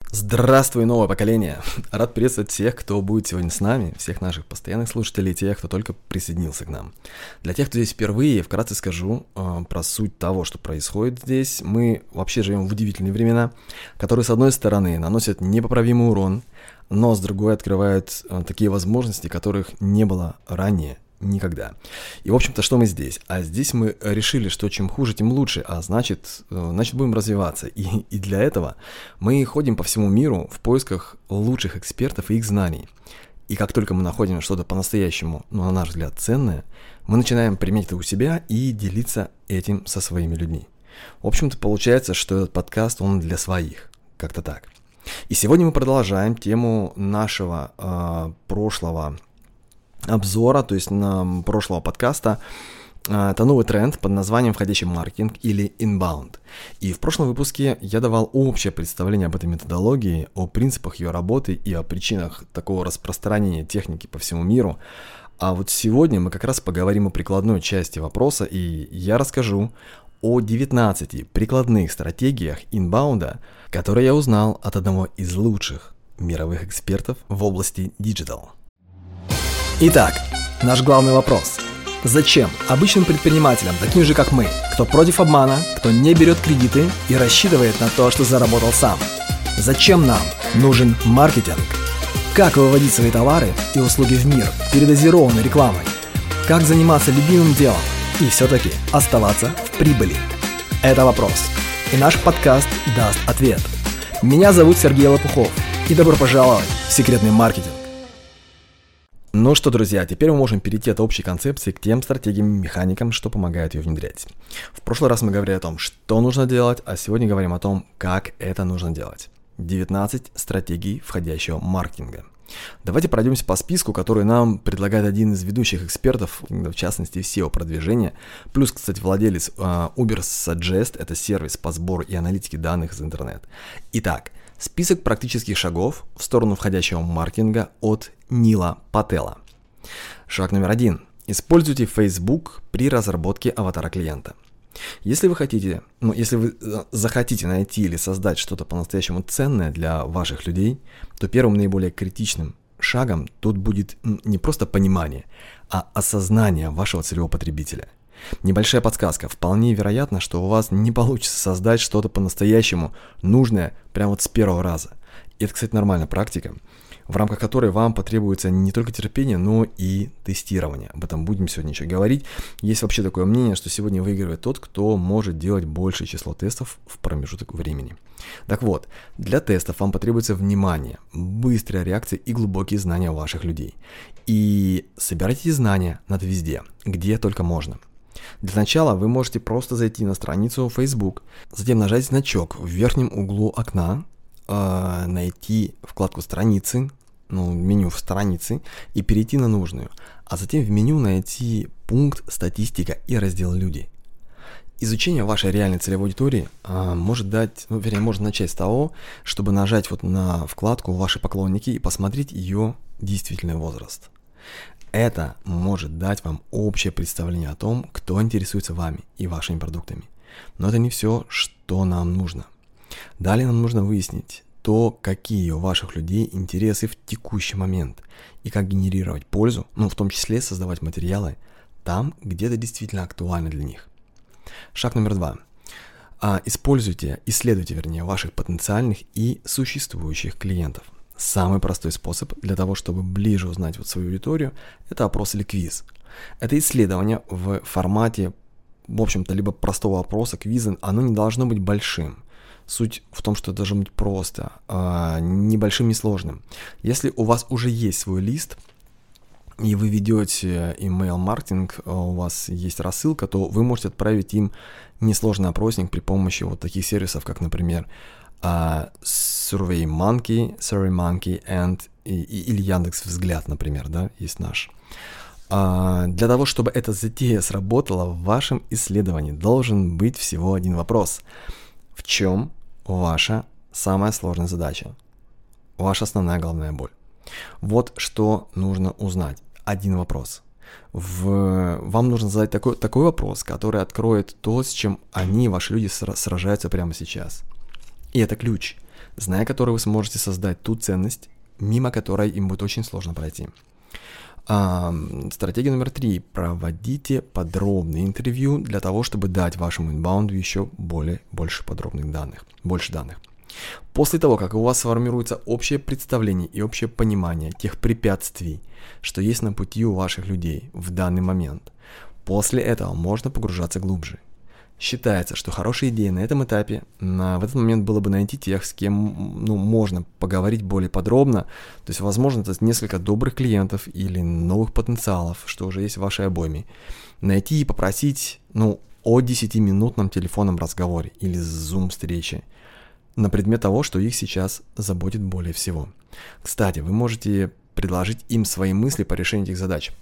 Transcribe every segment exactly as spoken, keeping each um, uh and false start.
Здравствуй, новое поколение! Рад приветствовать всех, кто будет сегодня с нами, всех наших постоянных слушателей, тех, кто только присоединился к нам. Для тех, кто здесь впервые, вкратце скажу э, про суть того, что происходит здесь. Мы вообще живем в удивительные времена, которые, с одной стороны, наносят непоправимый урон, но с другой открывают э, такие возможности, которых не было ранее. Никогда. И, в общем-то, что мы здесь? А здесь мы решили, что чем хуже, тем лучше, а значит, значит будем развиваться. И, и для этого мы ходим по всему миру в поисках лучших экспертов и их знаний. И как только мы находим что-то по-настоящему, ну, на наш взгляд, ценное, мы начинаем применять это у себя и делиться этим со своими людьми. В общем-то, получается, что этот подкаст, он для своих. Как-то так. И сегодня мы продолжаем тему нашего э, прошлого обзора, то есть на прошлого подкаста. Это новый тренд под названием входящий маркетинг или inbound. И в прошлом выпуске я давал общее представление об этой методологии, о принципах ее работы и о причинах такого распространения техники по всему миру. А вот сегодня мы как раз поговорим о прикладной части вопроса, и я расскажу о девятнадцати прикладных стратегиях инбаунда, которые я узнал от одного из лучших мировых экспертов в области диджитал. Итак, наш главный вопрос. Зачем обычным предпринимателям, таким же как мы, кто против обмана, кто не берет кредиты и рассчитывает на то, что заработал сам? Зачем нам нужен маркетинг? Как выводить свои товары и услуги в мир передозированной рекламой? Как заниматься любимым делом и все-таки оставаться в прибыли? Это вопрос. И наш подкаст даст ответ. Меня зовут Сергей Лопухов, и добро пожаловать в секретный маркетинг. Ну что, друзья, теперь мы можем перейти от общей концепции к тем стратегиям и механикам, что помогают ее внедрять. В прошлый раз мы говорили о том, что нужно делать, а сегодня говорим о том, как это нужно делать. девятнадцать стратегий входящего маркетинга. Давайте пройдемся по списку, который нам предлагает один из ведущих экспертов, в частности, сео-продвижения, плюс, кстати, владелец uh, Ubersuggest, это сервис по сбору и аналитике данных из интернета. Итак, список практических шагов в сторону входящего маркетинга от Нила Пателла. Шаг номер один. Используйте Facebook при разработке аватара клиента. Если вы хотите, ну, если вы захотите найти или создать что-то по-настоящему ценное для ваших людей, то первым наиболее критичным шагом тут будет не просто понимание, а осознание вашего целевого потребителя. Небольшая подсказка. Вполне вероятно, что у вас не получится создать что-то по-настоящему нужное прямо вот с первого раза. И это, кстати, нормальная практика, в рамках которой вам потребуется не только терпение, но и тестирование. Об этом будем сегодня еще говорить. Есть вообще такое мнение, что сегодня выигрывает тот, кто может делать большее число тестов в промежуток времени. Так вот, для тестов вам потребуется внимание, быстрая реакция и глубокие знания ваших людей. И собирайте эти знания надо везде, где только можно. Для начала вы можете просто зайти на страницу Facebook, затем нажать значок в верхнем углу окна, э, найти вкладку страницы, ну, меню в странице и перейти на нужную, а затем в меню найти пункт «Статистика» и раздел «Люди». Изучение вашей реальной целевой аудитории э, может дать, ну, вернее, можно начать с того, чтобы нажать вот на вкладку «Ваши поклонники» и посмотреть ее действительный возраст. Это может дать вам общее представление о том, кто интересуется вами и вашими продуктами. Но это не все, что нам нужно. Далее нам нужно выяснить то, какие у ваших людей интересы в текущий момент и как генерировать пользу, ну, в том числе создавать материалы там, где это действительно актуально для них. Шаг номер два. А, используйте, исследуйте, вернее, ваших потенциальных и существующих клиентов. Самый простой способ для того, чтобы ближе узнать вот свою аудиторию, это опрос или квиз. Это исследование в формате, в общем-то, либо простого опроса, квиза, оно не должно быть большим. Суть в том, что это должно быть просто, э, небольшим, несложным. Если у вас уже есть свой лист, и вы ведете email-маркетинг, у вас есть рассылка, то вы можете отправить им несложный опросник при помощи вот таких сервисов, как, например, Uh, SurveyMonkey, SurveyMonkey and, и, или Яндекс.Взгляд, например, да, есть наш. Uh, для того, чтобы эта затея сработала, в вашем исследовании должен быть всего один вопрос. В чем ваша самая сложная задача? Ваша основная головная боль? Вот что нужно узнать. Один вопрос. В... Вам нужно задать такой, такой вопрос, который откроет то, с чем они, ваши люди, сражаются прямо сейчас. И это ключ. зная который вы сможете создать ту ценность, мимо которой им будет очень сложно пройти. А, стратегия номер три. Проводите подробные интервью для того, чтобы дать вашему инбаунду еще более, больше подробных данных, больше данных. После того, как у вас сформируется общее представление и общее понимание тех препятствий, что есть на пути у ваших людей в данный момент, после этого можно погружаться глубже. Считается, что хорошая идея на этом этапе, на, в этот момент было бы найти тех, с кем ну, можно поговорить более подробно. То есть, возможно, это несколько добрых клиентов или новых потенциалов, что уже есть в вашей обойме. Найти и попросить ну, о десятиминутном телефонном разговоре или зум-встрече на предмет того, что их сейчас заботит более всего. Кстати, вы можете предложить им свои мысли по решению этих задач.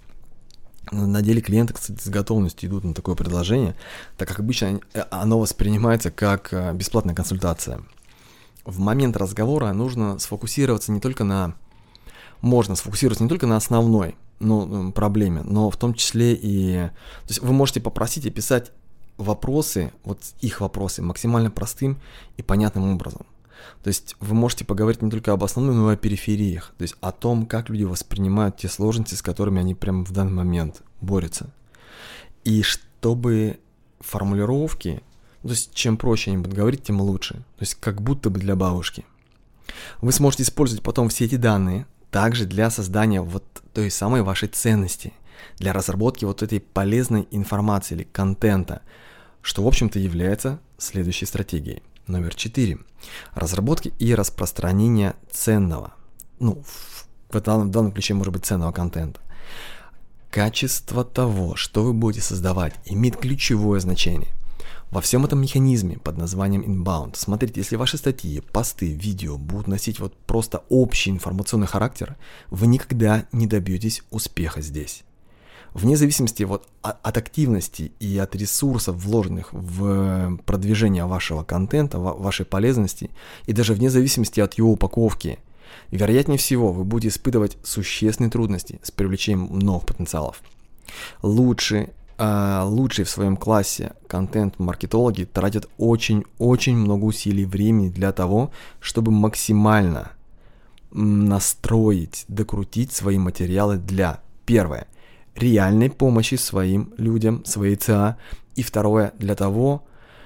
На деле клиенты, кстати, с готовностью идут на такое предложение, так как обычно оно воспринимается как бесплатная консультация. В момент разговора нужно сфокусироваться не только на... Можно сфокусироваться не только на основной ну, проблеме, но в том числе и... То есть вы можете попросить описать вопросы, вот их вопросы, максимально простым и понятным образом. То есть вы можете поговорить не только об основном, но и о перифериях, то есть о том, как люди воспринимают те сложности, с которыми они прямо в данный момент борются. И чтобы формулировки, то есть чем проще они будут говорить, тем лучше, то есть как будто бы для бабушки. Вы сможете использовать потом все эти данные также для создания вот той самой вашей ценности, для разработки вот этой полезной информации или контента, что в общем-то является следующей стратегией. Номер четыре. Разработки и распространение ценного, ну, в данном, в данном ключе может быть ценного контента. Качество того, что вы будете создавать, имеет ключевое значение. Во всем этом механизме под названием inbound, смотрите, если ваши статьи, посты, видео будут носить вот просто общий информационный характер, вы никогда не добьетесь успеха здесь. Вне зависимости вот от активности и от ресурсов, вложенных в продвижение вашего контента, вашей полезности, и даже вне зависимости от его упаковки, вероятнее всего вы будете испытывать существенные трудности с привлечением новых потенциалов. Лучше, э, лучшие в своем классе контент-маркетологи тратят очень-очень много усилий и времени для того, чтобы максимально настроить, докрутить свои материалы для, первое, реальной помощи своим людям, своей ЦА, и второе, для того,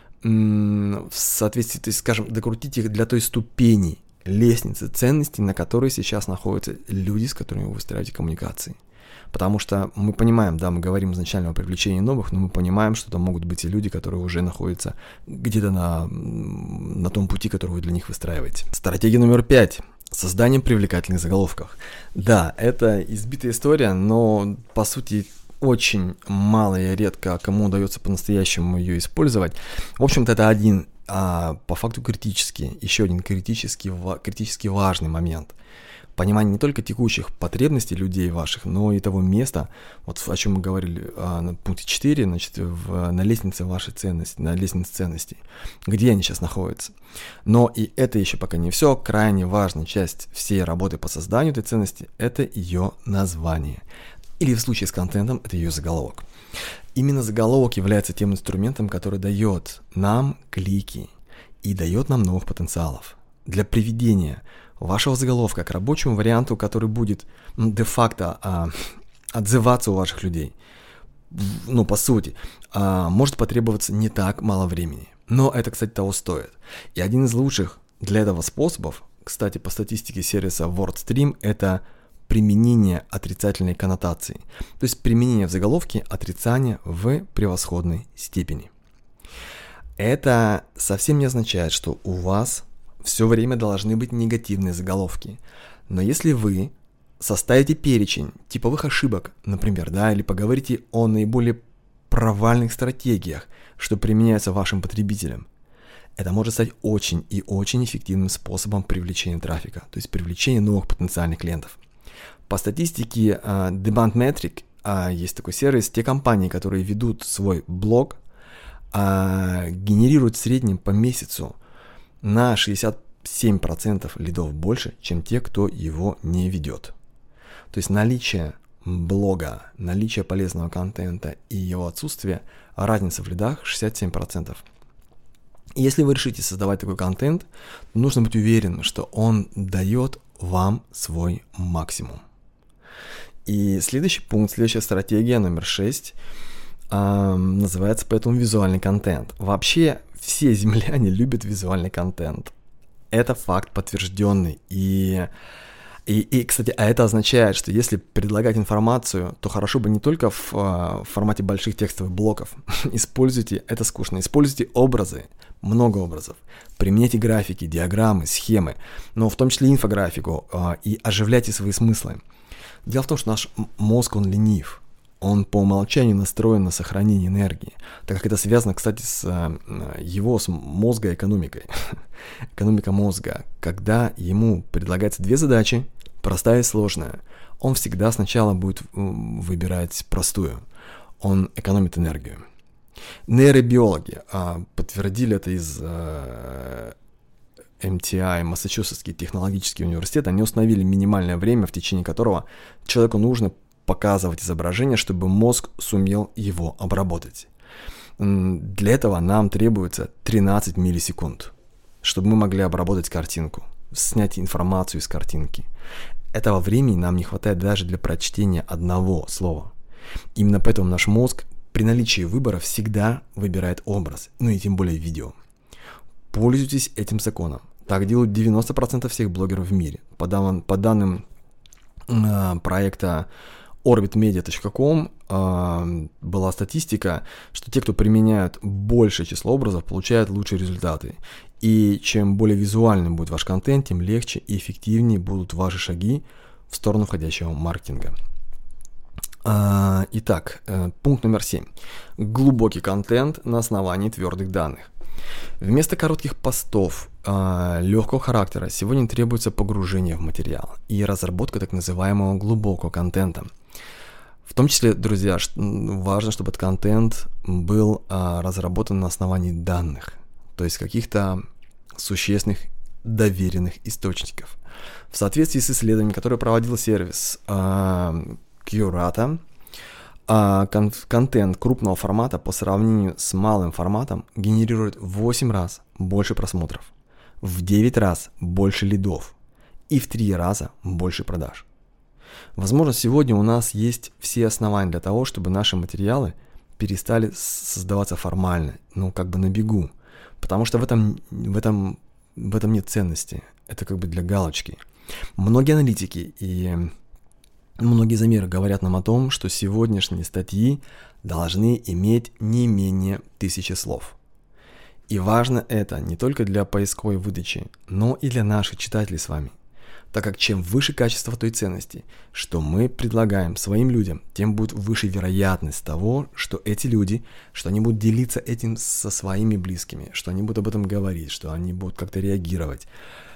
в соответствии, то есть, скажем, докрутить их для той ступени, лестницы ценностей, на которой сейчас находятся люди, с которыми вы выстраиваете коммуникации. Потому что мы понимаем, да, мы говорим изначально о привлечении новых, но мы понимаем, что там могут быть и люди, которые уже находятся где-то на, на том пути, который вы для них выстраиваете. Стратегия номер пять. Созданием привлекательных заголовков. Да, это избитая история, но по сути очень мало и редко кому удается по-настоящему ее использовать. В общем-то, это один, а, по факту критический, еще один критически, критически важный момент. Понимание не только текущих потребностей людей ваших, но и того места, вот о чем мы говорили а, на пункте четыре, значит, в, на лестнице вашей ценности, на лестнице ценностей, где они сейчас находятся. Но и это еще пока не все. Крайне важная часть всей работы по созданию этой ценности – это ее название. Или в случае с контентом – это ее заголовок. Именно заголовок является тем инструментом, который дает нам клики и дает нам новых потенциалов. Для приведения вашего заголовка к рабочему варианту, который будет ну, де-факто а, отзываться у ваших людей, ну, по сути, а, может потребоваться не так мало времени. Но это, кстати, того стоит. И один из лучших для этого способов, кстати, по статистике сервиса WordStream, это применение отрицательной коннотации. То есть применение в заголовке отрицания в превосходной степени. Это совсем не означает, что у вас все время должны быть негативные заголовки. Но если вы составите перечень типовых ошибок, например, да, или поговорите о наиболее провальных стратегиях, что применяется вашим потребителям, это может стать очень и очень эффективным способом привлечения трафика, то есть привлечения новых потенциальных клиентов. По статистике uh, Demandmetric uh, есть такой сервис, те компании, которые ведут свой блог, uh, генерируют в среднем по месяцу на шестьдесят семь процентов лидов больше, чем те, кто его не ведет. То есть наличие блога, наличие полезного контента и его отсутствие, разница в лидах шестьдесят семь процентов. Если вы решите создавать такой контент, нужно быть уверенным, что он дает вам свой максимум. И следующий пункт, следующая стратегия, номер шесть, э, называется поэтому визуальный контент. Вообще все земляне любят визуальный контент. Это факт подтвержденный. И, и, и, кстати, а это означает, что если предлагать информацию, то хорошо бы не только в, в формате больших текстовых блоков. Используйте, это скучно, используйте образы, много образов. Применяйте графики, диаграммы, схемы, но в том числе инфографику, и оживляйте свои смыслы. Дело в том, что наш мозг, он ленив. Он по умолчанию настроен на сохранение энергии, так как это связано, кстати, с его с мозгоэкономикой. Экономика мозга. Когда ему предлагаются две задачи, простая и сложная, он всегда сначала будет выбирать простую. Он экономит энергию. Нейробиологи а, подтвердили это из а, эм ти ай, Массачусетский технологический университет. Они установили минимальное время, в течение которого человеку нужно показывать изображение, чтобы мозг сумел его обработать. Для этого нам требуется тринадцать миллисекунд, чтобы мы могли обработать картинку, снять информацию из картинки. Этого времени нам не хватает даже для прочтения одного слова. Именно поэтому наш мозг при наличии выбора всегда выбирает образ, ну и тем более видео. Пользуйтесь этим законом. Так делают девяносто процентов всех блогеров в мире. По, дан- по данным э, проекта орбит медиа точка ком э, была статистика, что те, кто применяют большее число образов, получают лучшие результаты. И чем более визуальным будет ваш контент, тем легче и эффективнее будут ваши шаги в сторону входящего маркетинга. Э, итак, э, пункт номер семь. Глубокий контент на основании твердых данных. Вместо коротких постов э, легкого характера сегодня требуется погружение в материал и разработка так называемого глубокого контента. В том числе, друзья, важно, чтобы этот контент был э, разработан на основании данных, то есть каких-то существенных доверенных источников. В соответствии с исследованием, которое проводил сервис э, Curata, А кон- контент крупного формата по сравнению с малым форматом генерирует в восемь раз больше просмотров, в девять раз больше лидов и в три раза больше продаж. Возможно, сегодня у нас есть все основания для того, чтобы наши материалы перестали создаваться формально, ну как бы на бегу, потому что в этом, в этом, в этом нет ценности, это как бы для галочки. Многие аналитики и Многие замеры говорят нам о том, что сегодняшние статьи должны иметь не менее тысячи слов. И важно это не только для поисковой выдачи, но и для наших читателей с вами. Так как чем выше качество той ценности, что мы предлагаем своим людям, тем будет выше вероятность того, что эти люди, что они будут делиться этим со своими близкими, что они будут об этом говорить, что они будут как-то реагировать,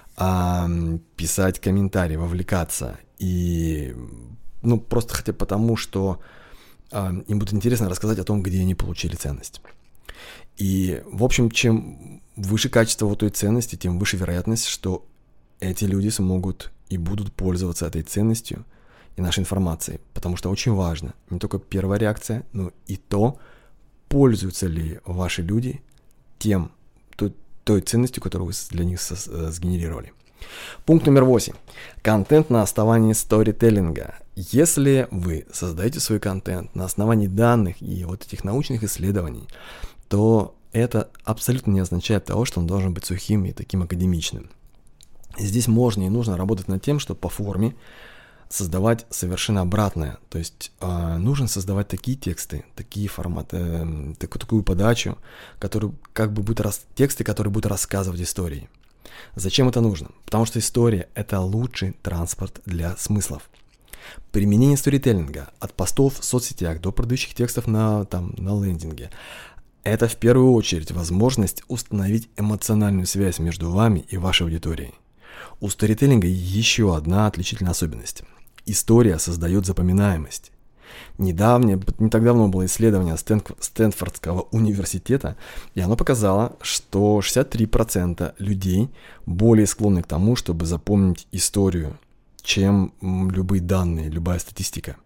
писать комментарии, вовлекаться. И ну, просто хотя бы потому, что э, им будет интересно рассказать о том, где они получили ценность. И, в общем, чем выше качество вот той ценности, тем выше вероятность, что эти люди смогут и будут пользоваться этой ценностью и нашей информацией. Потому что очень важно не только первая реакция, но и то, пользуются ли ваши люди тем, той, той ценностью, которую вы для них сгенерировали. Пункт номер восемь. Контент на основании сторителлинга. Если вы создаете свой контент на основании данных и вот этих научных исследований, то это абсолютно не означает того, что он должен быть сухим и таким академичным. Здесь можно и нужно работать над тем, чтобы по форме создавать совершенно обратное. То есть э, нужно создавать такие тексты, такие форматы, э, такую, такую подачу, которые как бы будут рас... тексты, которые будут рассказывать истории. Зачем это нужно? Потому что история – это лучший транспорт для смыслов. Применение сторителлинга от постов в соцсетях до продающих текстов на, там, на лендинге – это в первую очередь возможность установить эмоциональную связь между вами и вашей аудиторией. У сторителлинга еще одна отличительная особенность. История создает запоминаемость. Недавнее, не так давно было исследование Стэнфордского университета, и оно показало, что шестьдесят три процента людей более склонны к тому, чтобы запомнить историю, чем любые данные, любая статистика.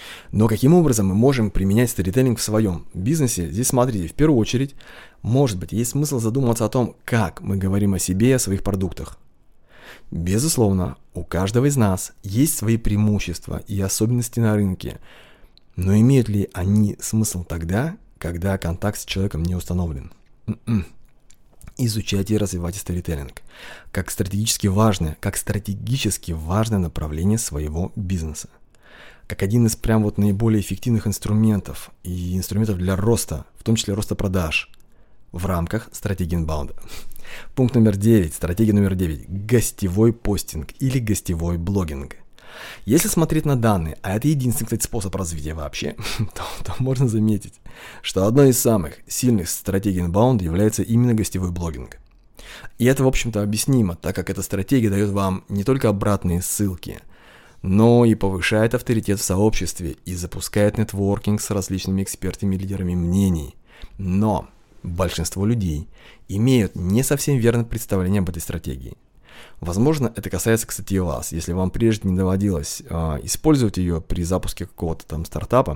Но каким образом мы можем применять сторителлинг в своем бизнесе? Здесь смотрите, в первую очередь, может быть, есть смысл задуматься о том, как мы говорим о себе и о своих продуктах. Безусловно, у каждого из нас есть свои преимущества и особенности на рынке, но имеют ли они смысл тогда, когда контакт с человеком не установлен? Mm-mm. Изучайте и развивайте сторителлинг как стратегически важное, как стратегически важное направление своего бизнеса. Как один из прям вот наиболее эффективных инструментов и инструментов для роста, в том числе роста продаж в рамках стратегии инбаунда. Пункт номер девять, стратегия номер девять, гостевой постинг или гостевой блогинг. Если смотреть на данные, а это единственный, кстати, способ развития вообще, то, то можно заметить, что одной из самых сильных стратегий инбаунда является именно гостевой блогинг. И это, в общем-то, объяснимо, так как эта стратегия дает вам не только обратные ссылки, но и повышает авторитет в сообществе и запускает нетворкинг с различными экспертами и лидерами мнений. Но большинство людей имеют не совсем верное представление об этой стратегии. Возможно, это касается, кстати, и вас. Если вам прежде не доводилось э, использовать ее при запуске какого-то там стартапа,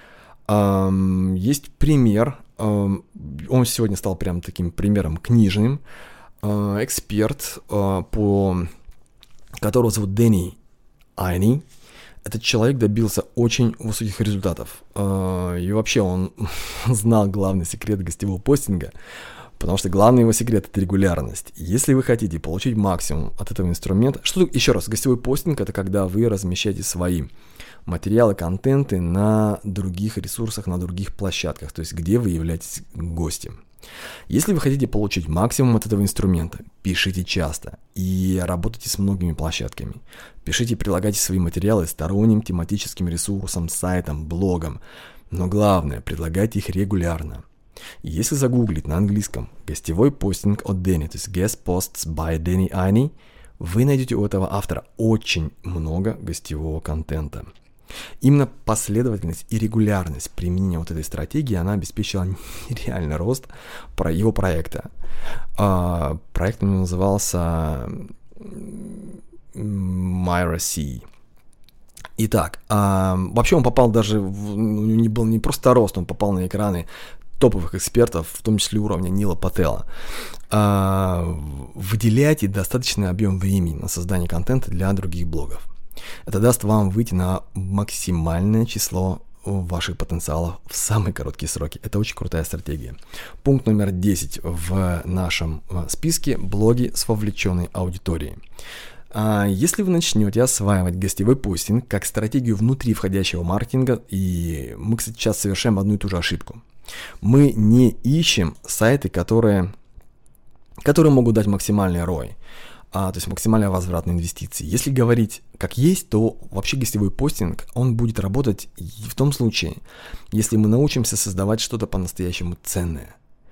э, есть пример, э, он сегодня стал прям таким примером книжным, э, эксперт, э, по которого зовут Дэнни Айни. Этот человек добился очень высоких результатов. Э, и вообще он знал главный секрет гостевого постинга, потому что главный его секрет – это регулярность. Если вы хотите получить максимум от этого инструмента… Что, еще раз, гостевой постинг – это когда вы размещаете свои материалы, контенты на других ресурсах, на других площадках, то есть где вы являетесь гостем. Если вы хотите получить максимум от этого инструмента, пишите часто и работайте с многими площадками. Пишите и прилагайте свои материалы сторонним тематическим ресурсам, сайтам, блогам. Но главное – предлагайте их регулярно. Если загуглить на английском гостевой постинг от Дэнни, то есть guest posts by Danny Ayni, вы найдете у этого автора очень много гостевого контента. Именно последовательность и регулярность применения вот этой стратегии, она обеспечила нереальный рост про его проекта. А, проект у него назывался Myra C. Итак, а, вообще он попал даже, в, не был не просто рост, он попал на экраны топовых экспертов, в том числе уровня Нила Пателла. А, выделяйте достаточный объем времени на создание контента для других блогов. Это даст вам выйти на максимальное число ваших потенциалов в самые короткие сроки. Это очень крутая стратегия. Пункт номер десять в нашем списке – блоги с вовлеченной аудиторией. А если вы начнете осваивать гостевой постинг как стратегию внутри входящего маркетинга, и мы, кстати, сейчас совершаем одну и ту же ошибку. Мы не ищем сайты, которые, которые могут дать максимальный эр о ай, а, то есть максимальный возврат на инвестиции. Если говорить как есть, то вообще гостевой постинг, он будет работать в том случае, если мы научимся создавать что-то по-настоящему ценное.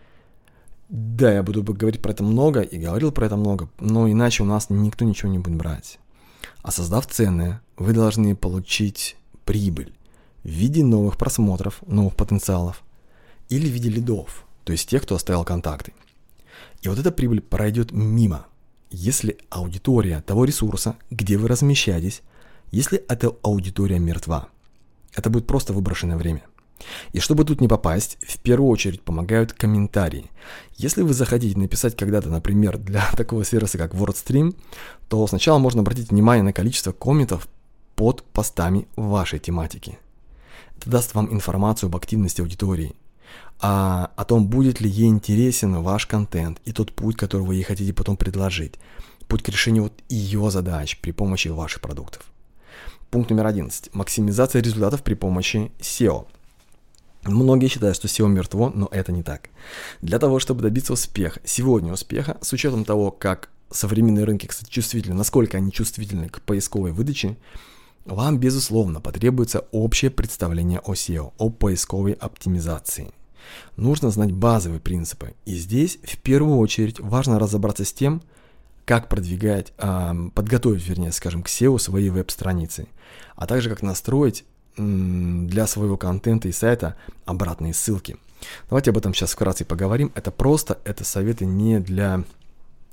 Да, я буду говорить про это много и говорил про это много, но иначе у нас никто ничего не будет брать. А создав ценное, вы должны получить прибыль в виде новых просмотров, новых потенциалов, или в виде лидов, то есть тех, кто оставил контакты. И вот эта прибыль пройдет мимо, если аудитория того ресурса, где вы размещаетесь, если эта аудитория мертва. Это будет просто выброшенное время. И чтобы тут не попасть, в первую очередь помогают комментарии. Если вы захотите написать когда-то, например, для такого сервиса, как WordStream, то сначала можно обратить внимание на количество комментов под постами вашей тематики. Это даст вам информацию об активности аудитории, А, о том, будет ли ей интересен ваш контент и тот путь, который вы ей хотите потом предложить. Путь к решению вот ее задач при помощи ваших продуктов. Пункт номер одиннадцать. Максимизация результатов при помощи сео. Многие считают, что сео мертво, но это не так. Для того, чтобы добиться успеха, сегодня успеха, с учетом того, как современные рынки, кстати, чувствительны, насколько они чувствительны к поисковой выдаче, вам, безусловно, потребуется общее представление о сео, о поисковой оптимизации. Нужно знать базовые принципы. И здесь в первую очередь важно разобраться с тем, как продвигать, э, подготовить, вернее, скажем, к сео свои веб-страницы, а также как настроить м, для своего контента и сайта обратные ссылки. Давайте об этом сейчас вкратце поговорим. Это просто, это советы не для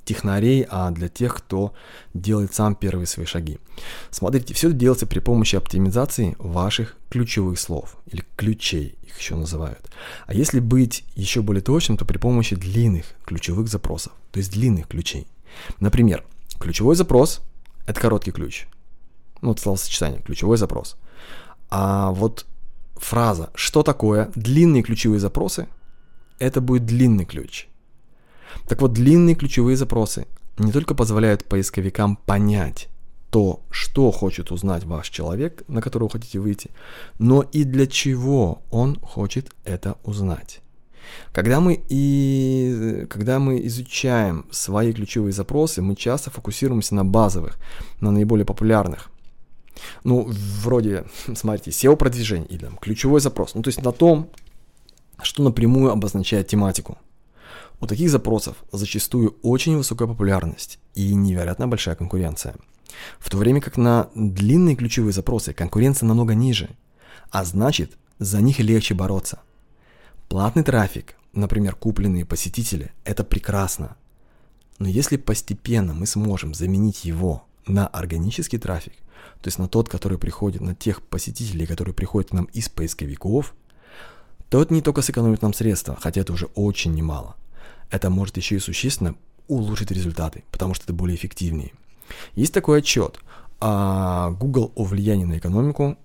технарей, а для тех, кто делает сам первые свои шаги. Смотрите, все это делается при помощи оптимизации ваших ключевых слов, или ключей их еще называют. А если быть еще более точным, то при помощи длинных ключевых запросов, то есть длинных ключей. Например, ключевой запрос – это короткий ключ. Ну, вот словосочетание, ключевой запрос. А вот фраза «что такое длинные ключевые запросы?» – это будет длинный ключ. Так вот, длинные ключевые запросы не только позволяют поисковикам понять то, что хочет узнать ваш человек, на которого хотите выйти, но и для чего он хочет это узнать. Когда мы, и, когда мы изучаем свои ключевые запросы, мы часто фокусируемся на базовых, на наиболее популярных. Ну, вроде, смотрите, сео-продвижение или там, ключевой запрос. Ну, то есть на том, что напрямую обозначает тематику. У таких запросов зачастую очень высокая популярность и невероятно большая конкуренция. В то время как на длинные ключевые запросы конкуренция намного ниже, а значит, за них легче бороться. Платный трафик, например, купленные посетители, это прекрасно. Но если постепенно мы сможем заменить его на органический трафик, то есть на тот, который приходит, на тех посетителей, которые приходят к нам из поисковиков, то это не только сэкономит нам средства, хотя это уже очень немало. Это может еще и существенно улучшить результаты, потому что это более эффективнее. Есть такой отчет Google о влиянии на экономику.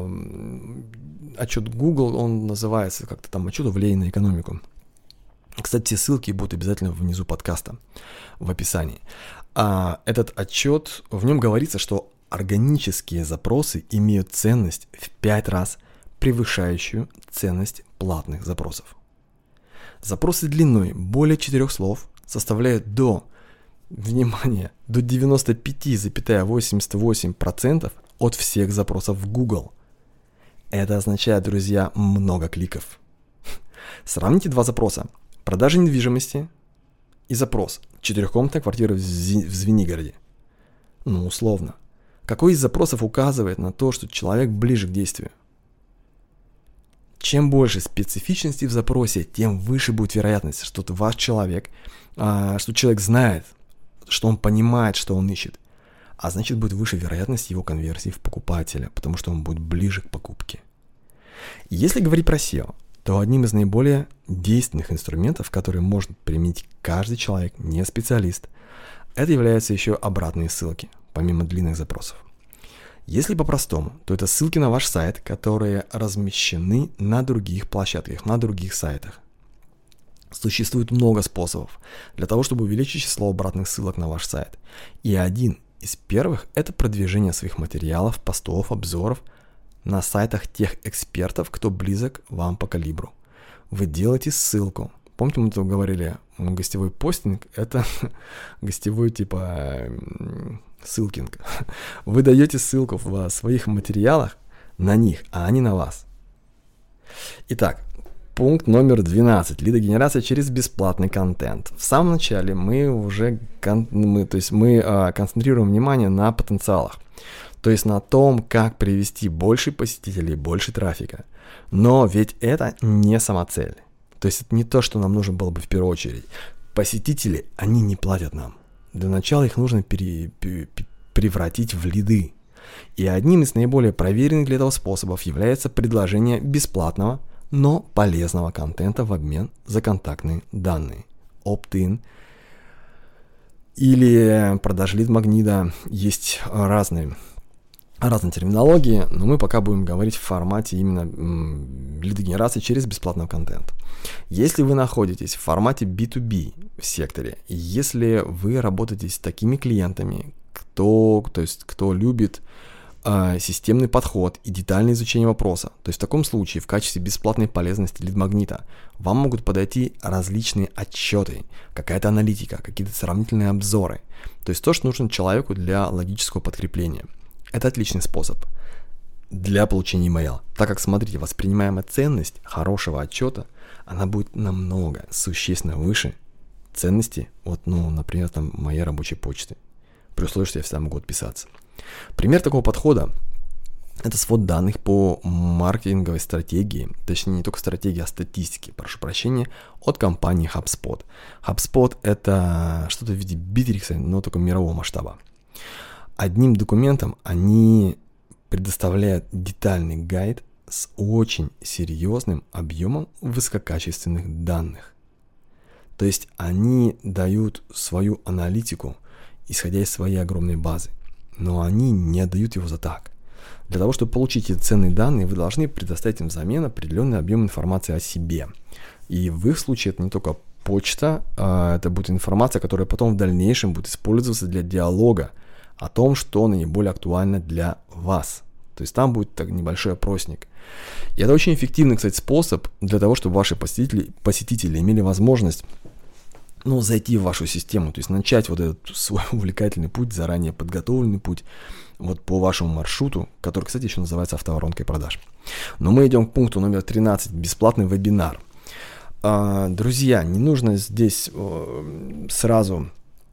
Отчет Google, он называется как-то там отчет о влиянии на экономику. Кстати, все ссылки будут обязательно внизу подкаста, в описании. А этот отчет, в нем говорится, что органические запросы имеют ценность в пять раз превышающую ценность платных запросов. Запросы длиной более четырех слов составляют до, внимание, до девяносто пять целых восемьдесят восемь сотых процента от всех запросов в Google. Это означает, друзья, много кликов. Сравните два запроса. Продажа недвижимости и запрос четырехкомнатная квартира в Звенигороде. Ну, условно. Какой из запросов указывает на то, что человек ближе к действию? Чем больше специфичности в запросе, тем выше будет вероятность, что ваш человек, что человек знает, что он понимает, что он ищет. А значит, будет выше вероятность его конверсии в покупателя, потому что он будет ближе к покупке. Если говорить про сео, то одним из наиболее действенных инструментов, которые может применить каждый человек, не специалист, это являются еще обратные ссылки, помимо длинных запросов. Если по-простому, то это ссылки на ваш сайт, которые размещены на других площадках, на других сайтах. Существует много способов для того, чтобы увеличить число обратных ссылок на ваш сайт. И один из первых – это продвижение своих материалов, постов, обзоров на сайтах тех экспертов, кто близок вам по калибру. Вы делаете ссылку. Помните, мы тут говорили, гостевой постинг – это гостевой типа ссылкинг. Вы даете ссылку в своих материалах на них, а они на вас. Итак, пункт номер двенадцать. Лидогенерация через бесплатный контент. В самом начале мы уже кон- мы, то есть мы а, концентрируем внимание на потенциалах. То есть на том, как привести больше посетителей, больше трафика. Но ведь это не самоцель. То есть это не то, что нам нужно было бы в первую очередь. Посетители, они не платят нам. Для начала их нужно пере, пере, превратить в лиды. И одним из наиболее проверенных для этого способов является предложение бесплатного, но полезного контента в обмен за контактные данные. Opt-in или продажа лид-магнита. Есть разные, разные терминологии, но мы пока будем говорить в формате именно м, лидогенерации через бесплатный контент. Если вы находитесь в формате би ту би в секторе, если вы работаете с такими клиентами, кто, то есть, кто любит э, системный подход и детальное изучение вопроса, то есть в таком случае в качестве бесплатной полезности лид-магнита вам могут подойти различные отчеты, какая-то аналитика, какие-то сравнительные обзоры, то есть то, что нужно человеку для логического подкрепления. Это отличный способ для получения имейла, так как, смотрите, воспринимаемая ценность хорошего отчета, она будет намного существенно выше ценности, вот, ну, например, там, моей рабочей почты, при условии, что я всегда могу отписаться. Пример такого подхода Это свод данных по маркетинговой стратегии, точнее не только стратегии, а статистики, прошу прощения, от компании HubSpot. HubSpot – это что-то в виде Bittrex, но только мирового масштаба. Одним документом они предоставляют детальный гайд с очень серьезным объемом высококачественных данных. То есть они дают свою аналитику, исходя из своей огромной базы, но они не отдают его за так. Для того, чтобы получить эти ценные данные, вы должны предоставить им взамен определенный объем информации о себе. И в их случае это не только почта, а это будет информация, которая потом в дальнейшем будет использоваться для диалога о том, что наиболее актуально для вас. То есть там будет так небольшой опросник. И это очень эффективный, кстати, способ для того, чтобы ваши посетители, посетители имели возможность ну, зайти в вашу систему, то есть начать вот этот свой увлекательный путь, заранее подготовленный путь, вот по вашему маршруту, который, кстати, еще называется автоворонкой продаж. Но мы идем к пункту номер тринадцать, бесплатный вебинар. А, друзья, не нужно здесь о, сразу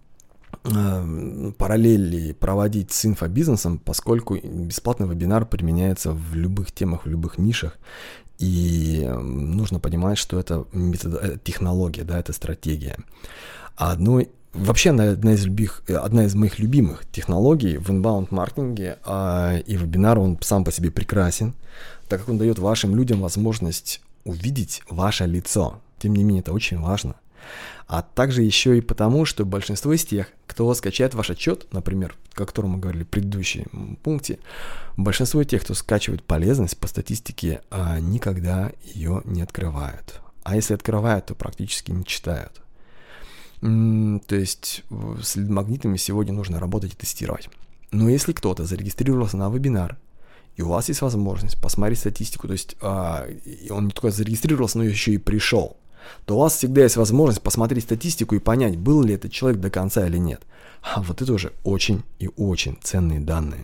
параллели проводить с инфобизнесом, поскольку бесплатный вебинар применяется в любых темах, в любых нишах, и нужно понимать, что это метод, технология, да, это стратегия. А одной, вообще одна из, любих, одна из моих любимых технологий в инбаунд-маркетинге, а, и вебинар, он сам по себе прекрасен, так как он дает вашим людям возможность увидеть ваше лицо. Тем не менее, это очень важно. А также еще и потому, что большинство из тех, кто скачает ваш отчет, например, о котором мы говорили в предыдущем пункте, большинство тех, кто скачивает полезность по статистике, никогда ее не открывают. А если открывают, то практически не читают. То есть с лид-магнитами сегодня нужно работать и тестировать. Но если кто-то зарегистрировался на вебинар, и у вас есть возможность посмотреть статистику, то есть он не только зарегистрировался, но еще и пришел, то у вас всегда есть возможность посмотреть статистику и понять, был ли этот человек до конца или нет. А вот это уже очень и очень ценные данные.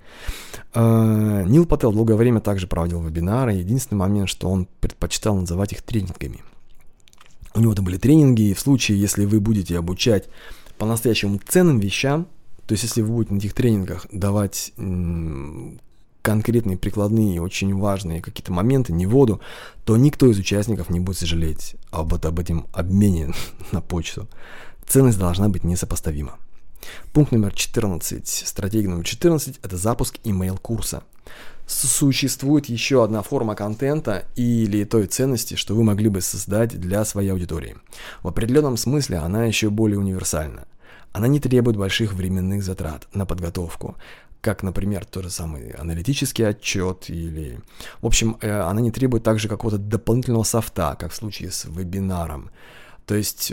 Нил Пател долгое время также проводил вебинары. Единственный момент, что он предпочитал называть их тренингами. У него это были тренинги, и в случае, если вы будете обучать по-настоящему ценным вещам, то есть если вы будете на этих тренингах давать конкретные, прикладные, очень важные какие-то моменты, не воду, то никто из участников не будет сожалеть об, об этом обмене на почту. Ценность должна быть несопоставима. Пункт номер четырнадцать, стратегия номер четырнадцать – это запуск email-курса. Существует еще одна форма контента или той ценности, что вы могли бы создать для своей аудитории. В определенном смысле она еще более универсальна. Она не требует больших временных затрат на подготовку, как, например, тот же самый аналитический отчет, или, в общем, она не требует также какого-то дополнительного софта, как в случае с вебинаром. То есть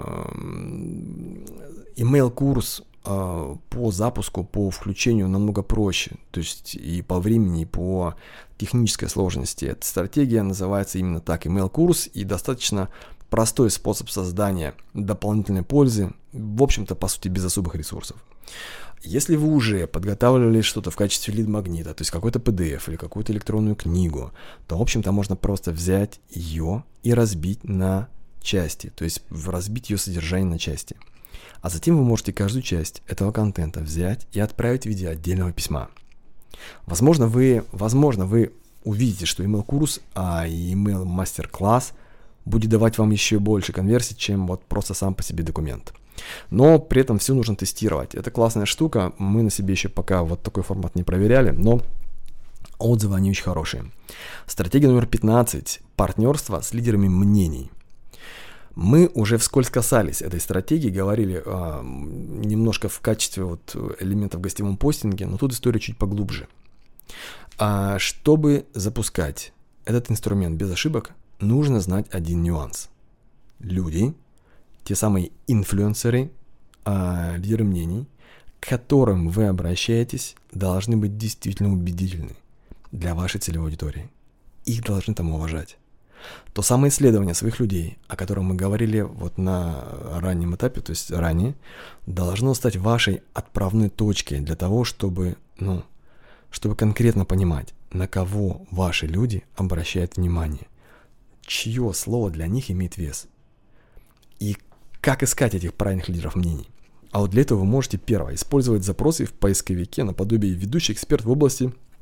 email-курс по запуску, по включению намного проще, то есть и по времени, и по технической сложности. Эта стратегия называется именно так, email-курс, и достаточно простой способ создания дополнительной пользы, в общем-то, по сути, без особых ресурсов. Если вы уже подготавливали что-то в качестве лид-магнита, то есть какой-то пи ди эф или какую-то электронную книгу, то, в общем-то, можно просто взять ее и разбить на части, то есть разбить ее содержание на части. А затем вы можете каждую часть этого контента взять и отправить в виде отдельного письма. Возможно, вы, возможно, вы увидите, что email-курс а и email-мастер-класс будет давать вам еще больше конверсий, чем вот просто сам по себе документ. Но при этом все нужно тестировать. Это классная штука, мы на себе еще пока вот такой формат не проверяли, но отзывы они очень хорошие. Стратегия номер пятнадцать. Партнерство с лидерами мнений. Мы уже вскользь касались этой стратегии, говорили а, немножко в качестве вот элементов в гостевом постинге, но тут история чуть поглубже. А, чтобы запускать этот инструмент без ошибок, нужно знать один нюанс. Люди, те самые инфлюенсеры, а, лидеры мнений, к которым вы обращаетесь, должны быть действительно убедительны для вашей целевой аудитории. Их должны там уважать. То самое исследование своих людей, о котором мы говорили вот на раннем этапе, то есть ранее, должно стать вашей отправной точкой для того, чтобы, ну, чтобы конкретно понимать, на кого ваши люди обращают внимание, чье слово для них имеет вес и как искать этих правильных лидеров мнений. А вот для этого вы можете, первое, использовать запросы в поисковике наподобие ведущий эксперт в области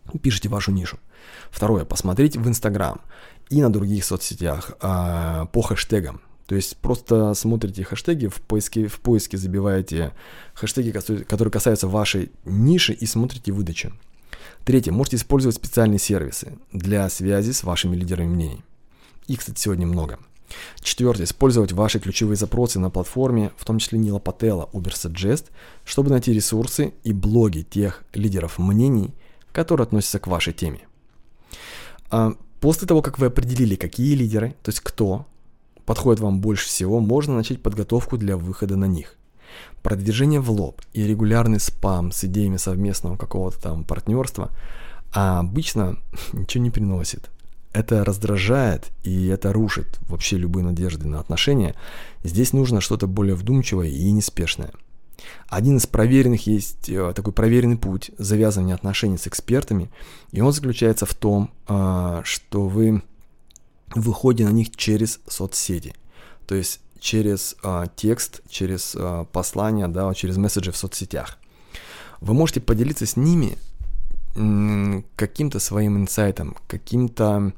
Пишите вашу нишу. Второе, посмотрите в Инстаграм и на других соцсетях а, по хэштегам. То есть просто смотрите хэштеги, в поиске, в поиске забиваете хэштеги, которые касаются вашей ниши, и смотрите выдачу. Третье, можете использовать специальные сервисы для связи с вашими лидерами мнений. Их, кстати, сегодня много. Четвертое, использовать ваши ключевые запросы на платформе, в том числе Нила Пателла, Ubersuggest, чтобы найти ресурсы и блоги тех лидеров мнений, которые относятся к вашей теме. А после того, как вы определили, какие лидеры, то есть кто подходит вам больше всего, можно начать подготовку для выхода на них. Продвижение в лоб и регулярный спам с идеями совместного какого-то там партнерства обычно ничего не приносит. Это раздражает и это рушит вообще любые надежды на отношения. Здесь нужно что-то более вдумчивое и неспешное. Один из проверенных есть такой проверенный путь завязывания отношений с экспертами, и он заключается в том, что вы выходите на них через соцсети, то есть через текст, через послания, да, через месседжи в соцсетях. Вы можете поделиться с ними каким-то своим инсайтом, каким-то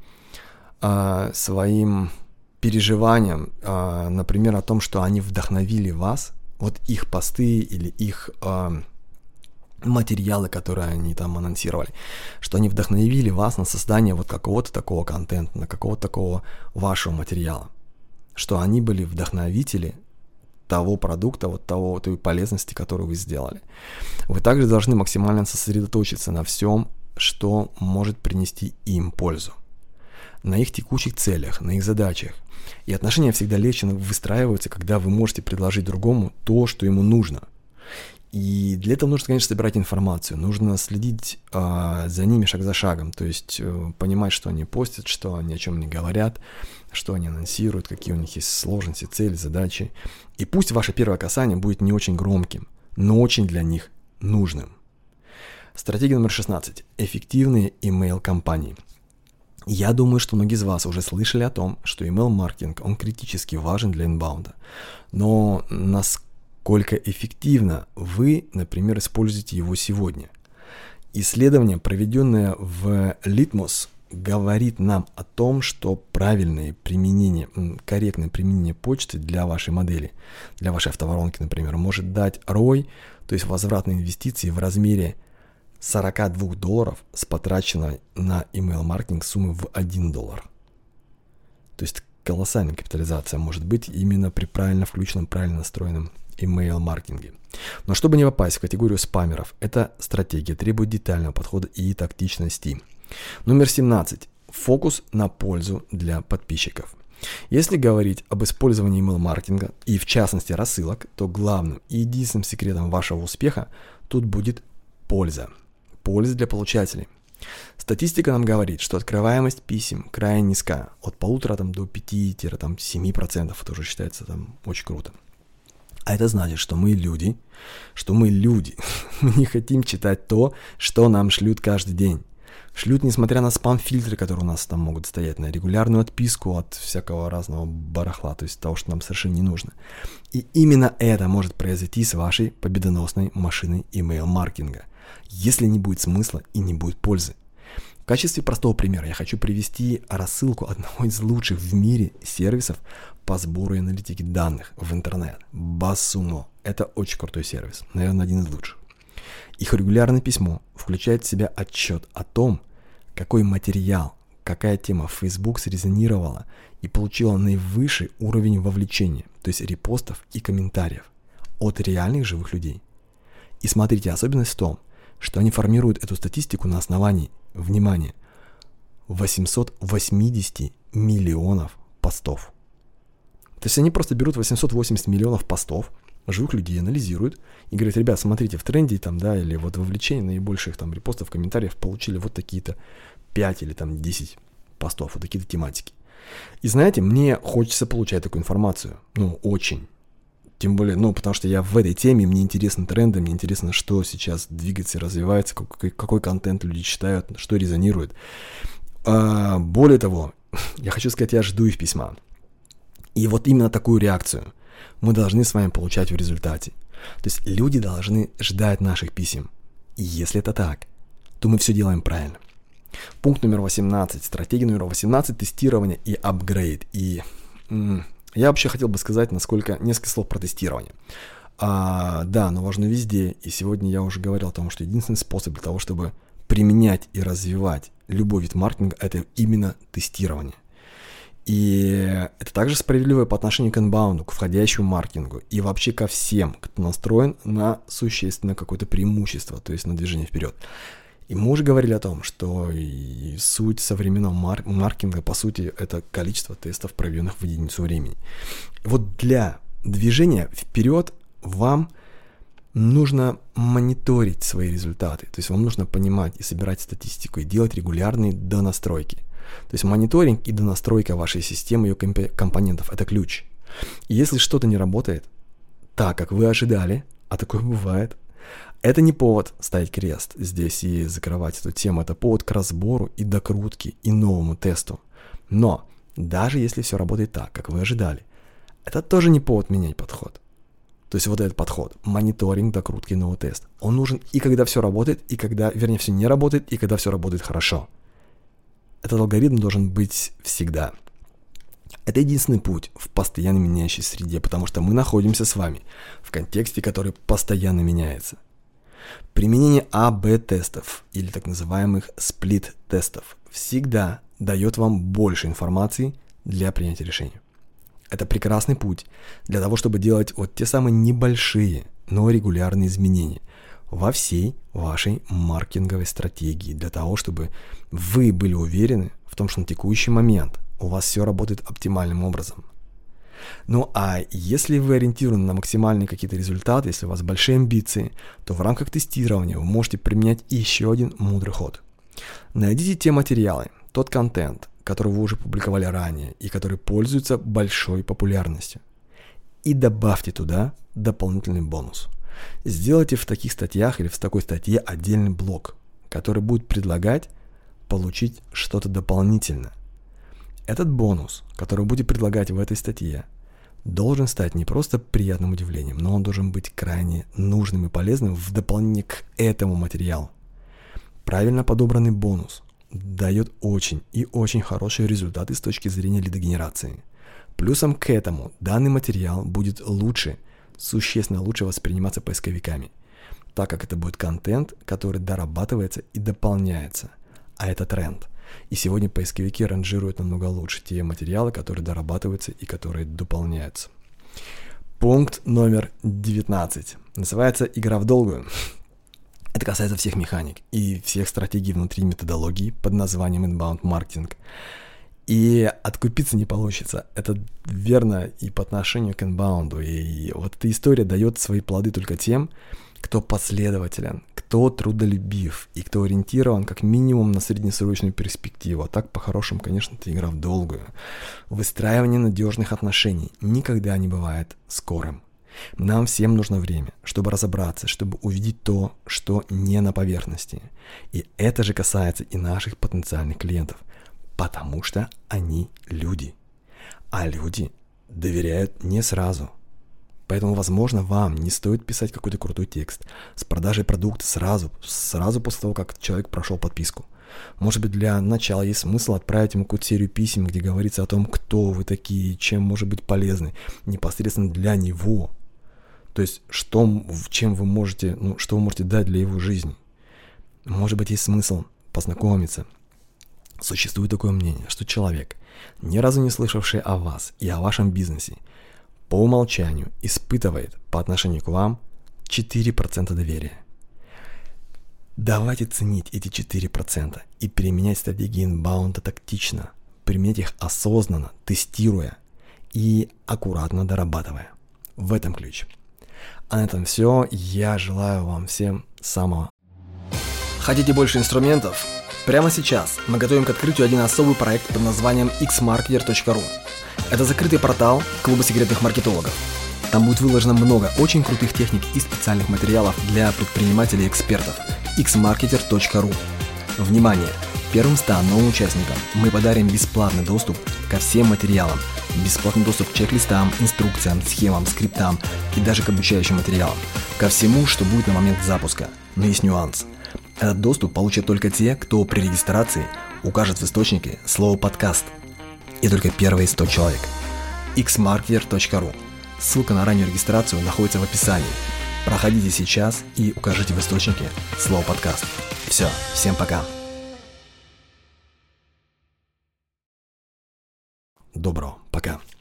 своим переживанием, например, о том, что они вдохновили вас. Вот их посты или их э, материалы, которые они там анонсировали, что они вдохновили вас на создание вот какого-то такого контента, на какого-то такого вашего материала, что они были вдохновители того продукта, вот того, той полезности, которую вы сделали. Вы также должны максимально сосредоточиться на всем, что может принести им пользу, на их текущих целях, на их задачах. И отношения всегда легче выстраиваются, когда вы можете предложить другому то, что ему нужно. И для этого нужно, конечно, собирать информацию, нужно следить э, за ними шаг за шагом, то есть э, понимать, что они постят, что они о чем не говорят, что они анонсируют, какие у них есть сложности, цели, задачи. И пусть ваше первое касание будет не очень громким, но очень для них нужным. Стратегия номер шестнадцать. Эффективные email-кампании. Я думаю, что многие из вас уже слышали о том, что email-маркетинг, он критически важен для инбаунда. Но насколько эффективно вы, например, используете его сегодня? Исследование, проведенное в Litmus, говорит нам о том, что правильное применение, корректное применение почты для вашей модели, для вашей автоворонки, например, может дать эр о ай, то есть возвратные инвестиции в размере сорок два долларов с потраченной на email-маркетинг суммы в один доллар. То есть колоссальная капитализация может быть именно при правильно включенном, правильно настроенном email-маркетинге. Но чтобы не попасть в категорию спамеров, эта стратегия требует детального подхода и тактичности. Номер семнадцать. Фокус на пользу для подписчиков. Если говорить об использовании email-маркетинга и в частности рассылок, то главным и единственным секретом вашего успеха тут будет польза. Польза для получателей. Статистика нам говорит, что открываемость писем крайне низка, от полутора там, до пяти-семи процентов, это уже считается там очень круто. А это значит, что мы люди, что мы люди, мы не хотим читать то, что нам шлют каждый день. Шлют, несмотря на спам-фильтры, которые у нас там могут стоять, на регулярную отписку от всякого разного барахла, то есть того, что нам совершенно не нужно. И именно это может произойти с вашей победоносной машиной email-маркетинга, если не будет смысла и не будет пользы. В качестве простого примера я хочу привести рассылку одного из лучших в мире сервисов по сбору и аналитике данных в интернет. BuzzSumo. Это очень крутой сервис, наверное, один из лучших. Их регулярное письмо включает в себя отчет о том, какой материал, какая тема в Facebook срезонировала и получила наивысший уровень вовлечения, то есть репостов и комментариев от реальных живых людей. И смотрите, особенность в том, что они формируют эту статистику на основании, внимание, восемьсот восемьдесят миллионов постов. То есть они просто берут восемьсот восемьдесят миллионов постов, живых людей анализируют и говорят: ребят, смотрите, в тренде там, да, или вот вовлечение наибольших там репостов, комментариев получили вот такие-то пять или там десять постов, вот такие-то тематики. И знаете, мне хочется получать такую информацию, ну, очень. Тем более, ну, потому что я в этой теме, мне интересны тренды, мне интересно, что сейчас двигается, развивается, какой, какой контент люди читают, что резонирует. А, более того, я хочу сказать, я жду их письма. И вот именно такую реакцию мы должны с вами получать в результате. То есть люди должны ждать наших писем. И если это так, то мы все делаем правильно. Пункт номер восемнадцать. Стратегия номер восемнадцать. Тестирование и апгрейд. И м- я вообще хотел бы сказать, насколько несколько слов про тестирование. А, да, оно важно везде. И сегодня я уже говорил о том, что единственный способ для того, чтобы применять и развивать любой вид маркетинга, это именно тестирование. И это также справедливо по отношению к инбаунду, к входящему маркетингу и вообще ко всем, кто настроен на существенное какое-то преимущество, то есть на движение вперед. И мы уже говорили о том, что и суть современного мар- маркетинга, по сути, это количество тестов, проведенных в единицу времени. Вот для движения вперед вам нужно мониторить свои результаты. То есть вам нужно понимать и собирать статистику, и делать регулярные донастройки. То есть мониторинг и донастройка вашей системы, ее компонентов – это ключ. И если что-то не работает так, как вы ожидали, а такое бывает, это не повод ставить крест здесь и закрывать эту тему. Это повод к разбору и докрутке и новому тесту. Но даже если все работает так, как вы ожидали, это тоже не повод менять подход. То есть вот этот подход, мониторинг, докрутки, новый тест, он нужен и когда все работает, и когда, вернее, все не работает, и когда все работает хорошо. Этот алгоритм должен быть всегда. Это единственный путь в постоянно меняющейся среде, потому что мы находимся с вами в контексте, который постоянно меняется. Применение А-Б-тестов или так называемых сплит-тестов всегда дает вам больше информации для принятия решения. Это прекрасный путь для того, чтобы делать вот те самые небольшие, но регулярные изменения во всей вашей маркетинговой стратегии, для того, чтобы вы были уверены в том, что на текущий момент у вас все работает оптимальным образом. Ну а если вы ориентированы на максимальные какие-то результаты, если у вас большие амбиции, то в рамках тестирования вы можете применять еще один мудрый ход. Найдите те материалы, тот контент, который вы уже публиковали ранее и который пользуется большой популярностью, и добавьте туда дополнительный бонус. Сделайте в таких статьях или в такой статье отдельный блок, который будет предлагать получить что-то дополнительное. Этот бонус, который вы будете предлагать в этой статье, должен стать не просто приятным удивлением, но он должен быть крайне нужным и полезным в дополнение к этому материалу. Правильно подобранный бонус дает очень и очень хорошие результаты с точки зрения лидогенерации. Плюсом к этому данный материал будет лучше, существенно лучше восприниматься поисковиками, так как это будет контент, который дорабатывается и дополняется, а это тренд. И сегодня поисковики ранжируют намного лучше те материалы, которые дорабатываются и которые дополняются. Пункт номер девятнадцать. Называется «Игра в долгую». Это касается всех механик и всех стратегий внутри методологии под названием inbound маркетинг. И откупиться не получится. Это верно и по отношению к инбаунду. И вот эта история дает свои плоды только тем, кто последователен, кто трудолюбив и кто ориентирован как минимум на среднесрочную перспективу. А так, по-хорошему, конечно, это игра в долгую. Выстраивание надежных отношений никогда не бывает скорым. Нам всем нужно время, чтобы разобраться, чтобы увидеть то, что не на поверхности. И это же касается и наших потенциальных клиентов, потому что они люди. А люди доверяют не сразу. Поэтому, возможно, вам не стоит писать какой-то крутой текст с продажей продукта сразу, сразу после того, как человек прошел подписку. Может быть, для начала есть смысл отправить ему какую-то серию писем, где говорится о том, кто вы такие, чем может быть полезны, непосредственно для него. То есть, что, чем вы можете, ну, что вы можете дать для его жизни. Может быть, есть смысл познакомиться. Существует такое мнение, что человек, ни разу не слышавший о вас и о вашем бизнесе, по умолчанию испытывает по отношению к вам четыре процента доверия. Давайте ценить эти четыре процента и применять стратегии инбаунда тактично, применять их осознанно, тестируя и аккуратно дорабатывая. В этом ключ. А на этом все. Я желаю вам всем самого. Хотите больше инструментов? Прямо сейчас мы готовим к открытию один особый проект под названием икс маркетер точка ру. Это закрытый портал клуба секретных маркетологов. Там будет выложено много очень крутых техник и специальных материалов для предпринимателей и экспертов. икс маркетер точка ру. Внимание! Первым ста новым участникам мы подарим бесплатный доступ ко всем материалам, бесплатный доступ к чек-листам, инструкциям, схемам, скриптам и даже к обучающим материалам. Ко всему, что будет на момент запуска. Но есть нюанс. Этот доступ получат только те, кто при регистрации укажет в источнике слово «подкаст». И только первые сто человек. икс маркетер точка ру. Ссылка на раннюю регистрацию находится в описании. Проходите сейчас и укажите в источнике слово «подкаст». Все, всем пока. Доброго, пока.